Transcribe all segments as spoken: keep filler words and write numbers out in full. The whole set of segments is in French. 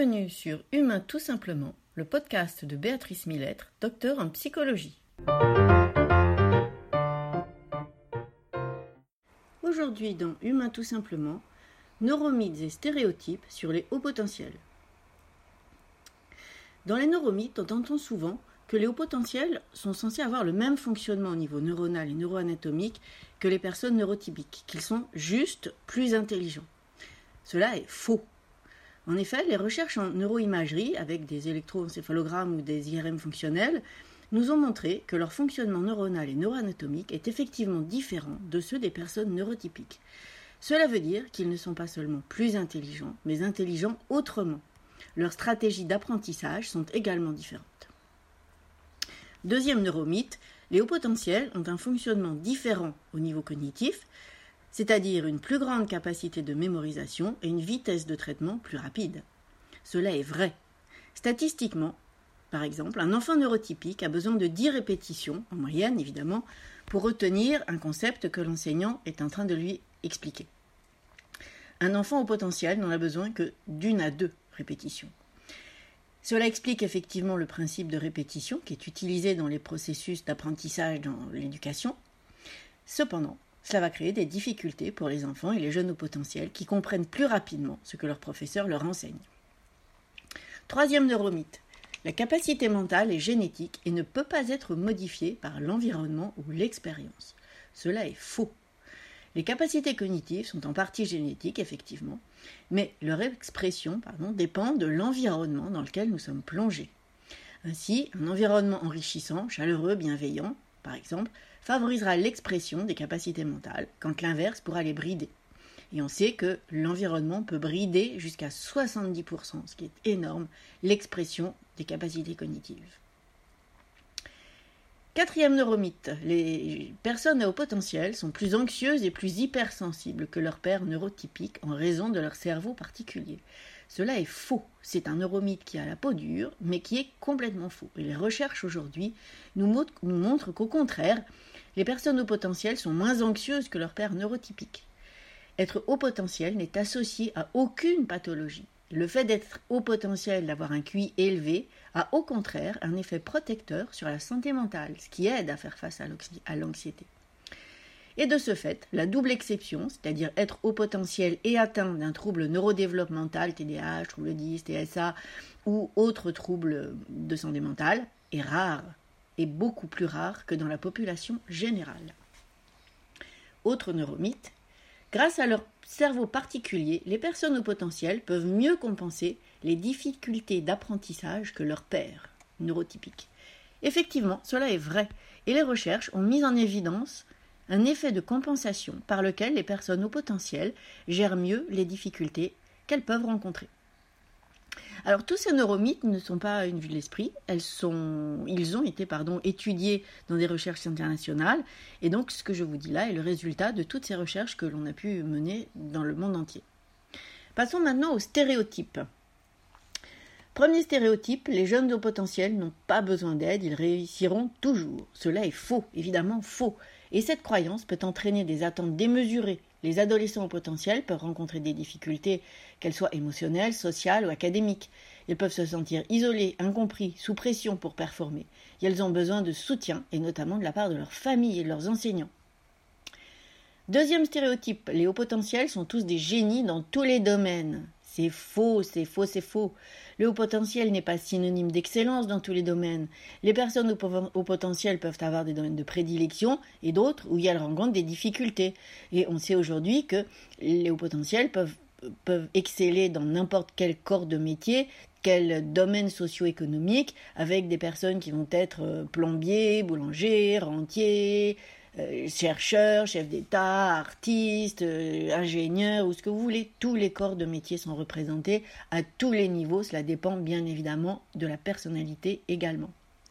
Bienvenue sur Humain tout simplement, le podcast de Béatrice Millettre, docteure en psychologie. Aujourd'hui dans Humain tout simplement, neuromythes et stéréotypes sur les hauts potentiels. Dans les neuromythes, on entend souvent que les hauts potentiels sont censés avoir le même fonctionnement au niveau neuronal et neuroanatomique que les personnes neurotypiques, qu'ils sont juste plus intelligents. Cela est faux. En effet, les recherches en neuroimagerie, avec des électroencéphalogrammes ou des I R M fonctionnels, nous ont montré que leur fonctionnement neuronal et neuroanatomique est effectivement différent de ceux des personnes neurotypiques. Cela veut dire qu'ils ne sont pas seulement plus intelligents, mais intelligents autrement. Leurs stratégies d'apprentissage sont également différentes. Deuxième neuromythe, les hauts potentiels ont un fonctionnement différent au niveau cognitif, c'est-à-dire une plus grande capacité de mémorisation et une vitesse de traitement plus rapide. Cela est vrai. Statistiquement, par exemple, un enfant neurotypique a besoin de dix répétitions, en moyenne évidemment, pour retenir un concept que l'enseignant est en train de lui expliquer. Un enfant au potentiel n'en a besoin que d'une à deux répétitions. Cela explique effectivement le principe de répétition qui est utilisé dans les processus d'apprentissage dans l'éducation. Cependant, cela va créer des difficultés pour les enfants et les jeunes au potentiel qui comprennent plus rapidement ce que leur professeur leur enseigne. Troisième neuromythe, la capacité mentale est génétique et ne peut pas être modifiée par l'environnement ou l'expérience. Cela est faux. Les capacités cognitives sont en partie génétiques, effectivement, mais leur expression pardon, dépend de l'environnement dans lequel nous sommes plongés. Ainsi, un environnement enrichissant, chaleureux, bienveillant, par exemple, favorisera l'expression des capacités mentales, quand l'inverse pourra les brider. Et on sait que l'environnement peut brider jusqu'à soixante-dix pour cent, ce qui est énorme, l'expression des capacités cognitives. Quatrième neuromythe, les personnes à haut potentiel sont plus anxieuses et plus hypersensibles que leurs pairs neurotypiques en raison de leur cerveau particulier. Cela est faux. C'est un neuromythe qui a la peau dure, mais qui est complètement faux. Et les recherches aujourd'hui nous montrent qu'au contraire, les personnes au potentiel sont moins anxieuses que leurs pairs neurotypiques. Être haut potentiel n'est associé à aucune pathologie. Le fait d'être haut potentiel, d'avoir un Q I élevé, a au contraire un effet protecteur sur la santé mentale, ce qui aide à faire face à l'anxiété. Et de ce fait, la double exception, c'est-à-dire être haut potentiel et atteint d'un trouble neurodéveloppemental, T D A H, trouble dix, T S A ou autre trouble de santé mentale, est rare, et beaucoup plus rare que dans la population générale. Autre neuromythe, grâce à leur cerveau particulier, les personnes au potentiel peuvent mieux compenser les difficultés d'apprentissage que leurs pairs neurotypiques. Effectivement, cela est vrai, et les recherches ont mis en évidence un effet de compensation par lequel les personnes au potentiel gèrent mieux les difficultés qu'elles peuvent rencontrer. Alors tous ces neuromythes ne sont pas une vue de l'esprit, elles sont, ils ont été pardon, étudiés dans des recherches internationales et donc ce que je vous dis là est le résultat de toutes ces recherches que l'on a pu mener dans le monde entier. Passons maintenant aux stéréotypes. Premier stéréotype, les jeunes au potentiel n'ont pas besoin d'aide, ils réussiront toujours. Cela est faux, évidemment faux. Et cette croyance peut entraîner des attentes démesurées. Les adolescents au potentiel peuvent rencontrer des difficultés, qu'elles soient émotionnelles, sociales ou académiques. Ils peuvent se sentir isolés, incompris, sous pression pour performer. Et elles ont besoin de soutien, et notamment de la part de leur famille et de leurs enseignants. Deuxième stéréotype, les hauts potentiels sont tous des génies dans tous les domaines. C'est faux, c'est faux, c'est faux. Le haut potentiel n'est pas synonyme d'excellence dans tous les domaines. Les personnes au, po- au potentiel peuvent avoir des domaines de prédilection et d'autres où elles rencontrent des difficultés. Et on sait aujourd'hui que les hauts potentiels peuvent, peuvent exceller dans n'importe quel corps de métier, quel domaine socio-économique, avec des personnes qui vont être plombiers, boulangers, rentiers, Euh, chercheurs, chefs d'État, artistes, euh, ingénieurs, ou ce que vous voulez. Tous les corps de métier sont représentés à tous les niveaux. Cela dépend bien évidemment de la personnalité également.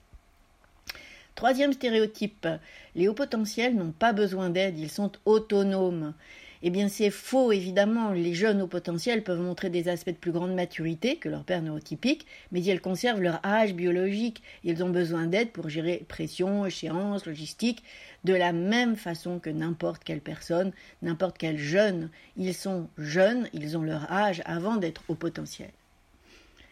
Troisième stéréotype, les hauts potentiels n'ont pas besoin d'aide, ils sont autonomes. Eh bien c'est faux évidemment, les jeunes au potentiel peuvent montrer des aspects de plus grande maturité que leurs pairs neurotypiques, mais ils conservent leur âge biologique, ils ont besoin d'aide pour gérer pression, échéances, logistique, de la même façon que n'importe quelle personne, n'importe quel jeune. Ils sont jeunes, ils ont leur âge avant d'être au potentiel.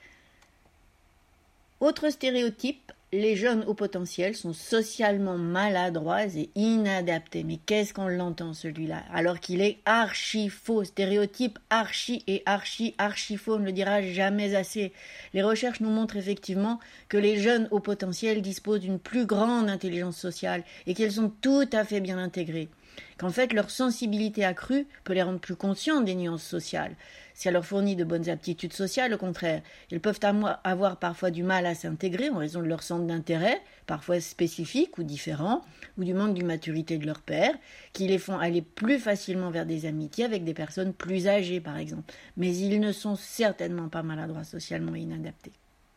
Autre stéréotype, les jeunes au potentiel sont socialement maladroits et inadaptés. Mais qu'est-ce qu'on l'entend celui-là? Alors qu'il est archi faux. Stéréotype archi et archi archi faux, on ne le dira jamais assez. Les recherches nous montrent effectivement que les jeunes au potentiel disposent d'une plus grande intelligence sociale et qu'elles sont tout à fait bien intégrées. Qu'en fait leur sensibilité accrue peut les rendre plus conscients des nuances sociales. Si elle leur fournit de bonnes aptitudes sociales, au contraire, ils peuvent avoir parfois du mal à s'intégrer en raison de leur centre d'intérêt, parfois spécifiques ou différents, ou du manque de maturité de leur père, qui les font aller plus facilement vers des amitiés avec des personnes plus âgées, par exemple. Mais ils ne sont certainement pas maladroits socialement et inadaptés.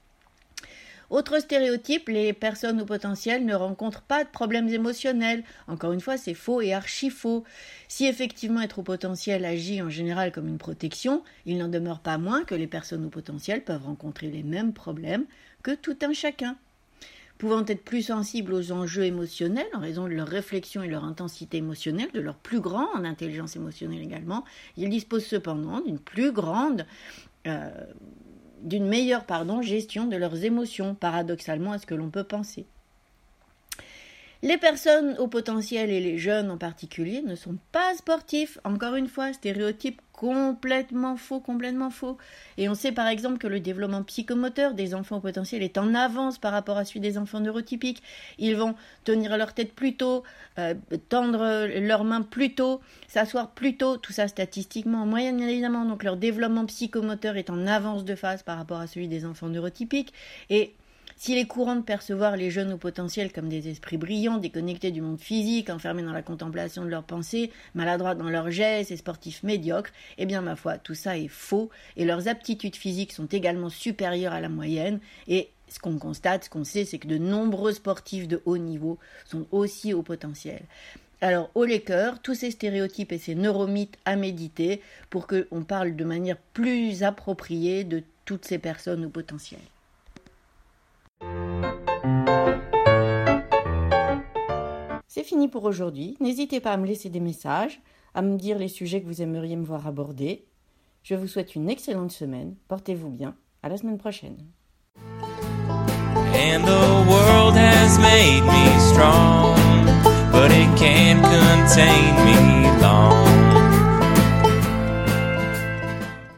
Autre stéréotype, les personnes au potentiel ne rencontrent pas de problèmes émotionnels. Encore une fois, c'est faux et archi faux. Si effectivement être au potentiel agit en général comme une protection, il n'en demeure pas moins que les personnes au potentiel peuvent rencontrer les mêmes problèmes que tout un chacun. Pouvant être plus sensibles aux enjeux émotionnels en raison de leur réflexion et leur intensité émotionnelle, de leur plus grande intelligence émotionnelle également, ils disposent cependant d'une plus grande... Euh, d'une meilleure pardon, gestion de leurs émotions, paradoxalement à ce que l'on peut penser. Les personnes au potentiel et les jeunes en particulier ne sont pas sportifs. Encore une fois, stéréotype complètement faux, complètement faux. Et on sait par exemple que le développement psychomoteur des enfants au potentiel est en avance par rapport à celui des enfants neurotypiques. Ils vont tenir leur tête plus tôt, euh, tendre leurs mains plus tôt, s'asseoir plus tôt, tout ça statistiquement en moyenne bien évidemment. Donc leur développement psychomoteur est en avance de phase par rapport à celui des enfants neurotypiques. Et s'il est courant de percevoir les jeunes au potentiel comme des esprits brillants, déconnectés du monde physique, enfermés dans la contemplation de leurs pensées, maladroits dans leurs gestes et sportifs médiocres, eh bien ma foi, tout ça est faux et leurs aptitudes physiques sont également supérieures à la moyenne et ce qu'on constate, ce qu'on sait, c'est que de nombreux sportifs de haut niveau sont aussi au potentiel. Alors, haut les cœurs, tous ces stéréotypes et ces neuromythes à méditer pour qu'on parle de manière plus appropriée de toutes ces personnes au potentiel. C'est fini pour aujourd'hui. N'hésitez pas à me laisser des messages, à me dire les sujets que vous aimeriez me voir aborder. Je vous souhaite une excellente semaine. Portez-vous bien. À la semaine prochaine. And the world has made me strong, but it can't contain me long.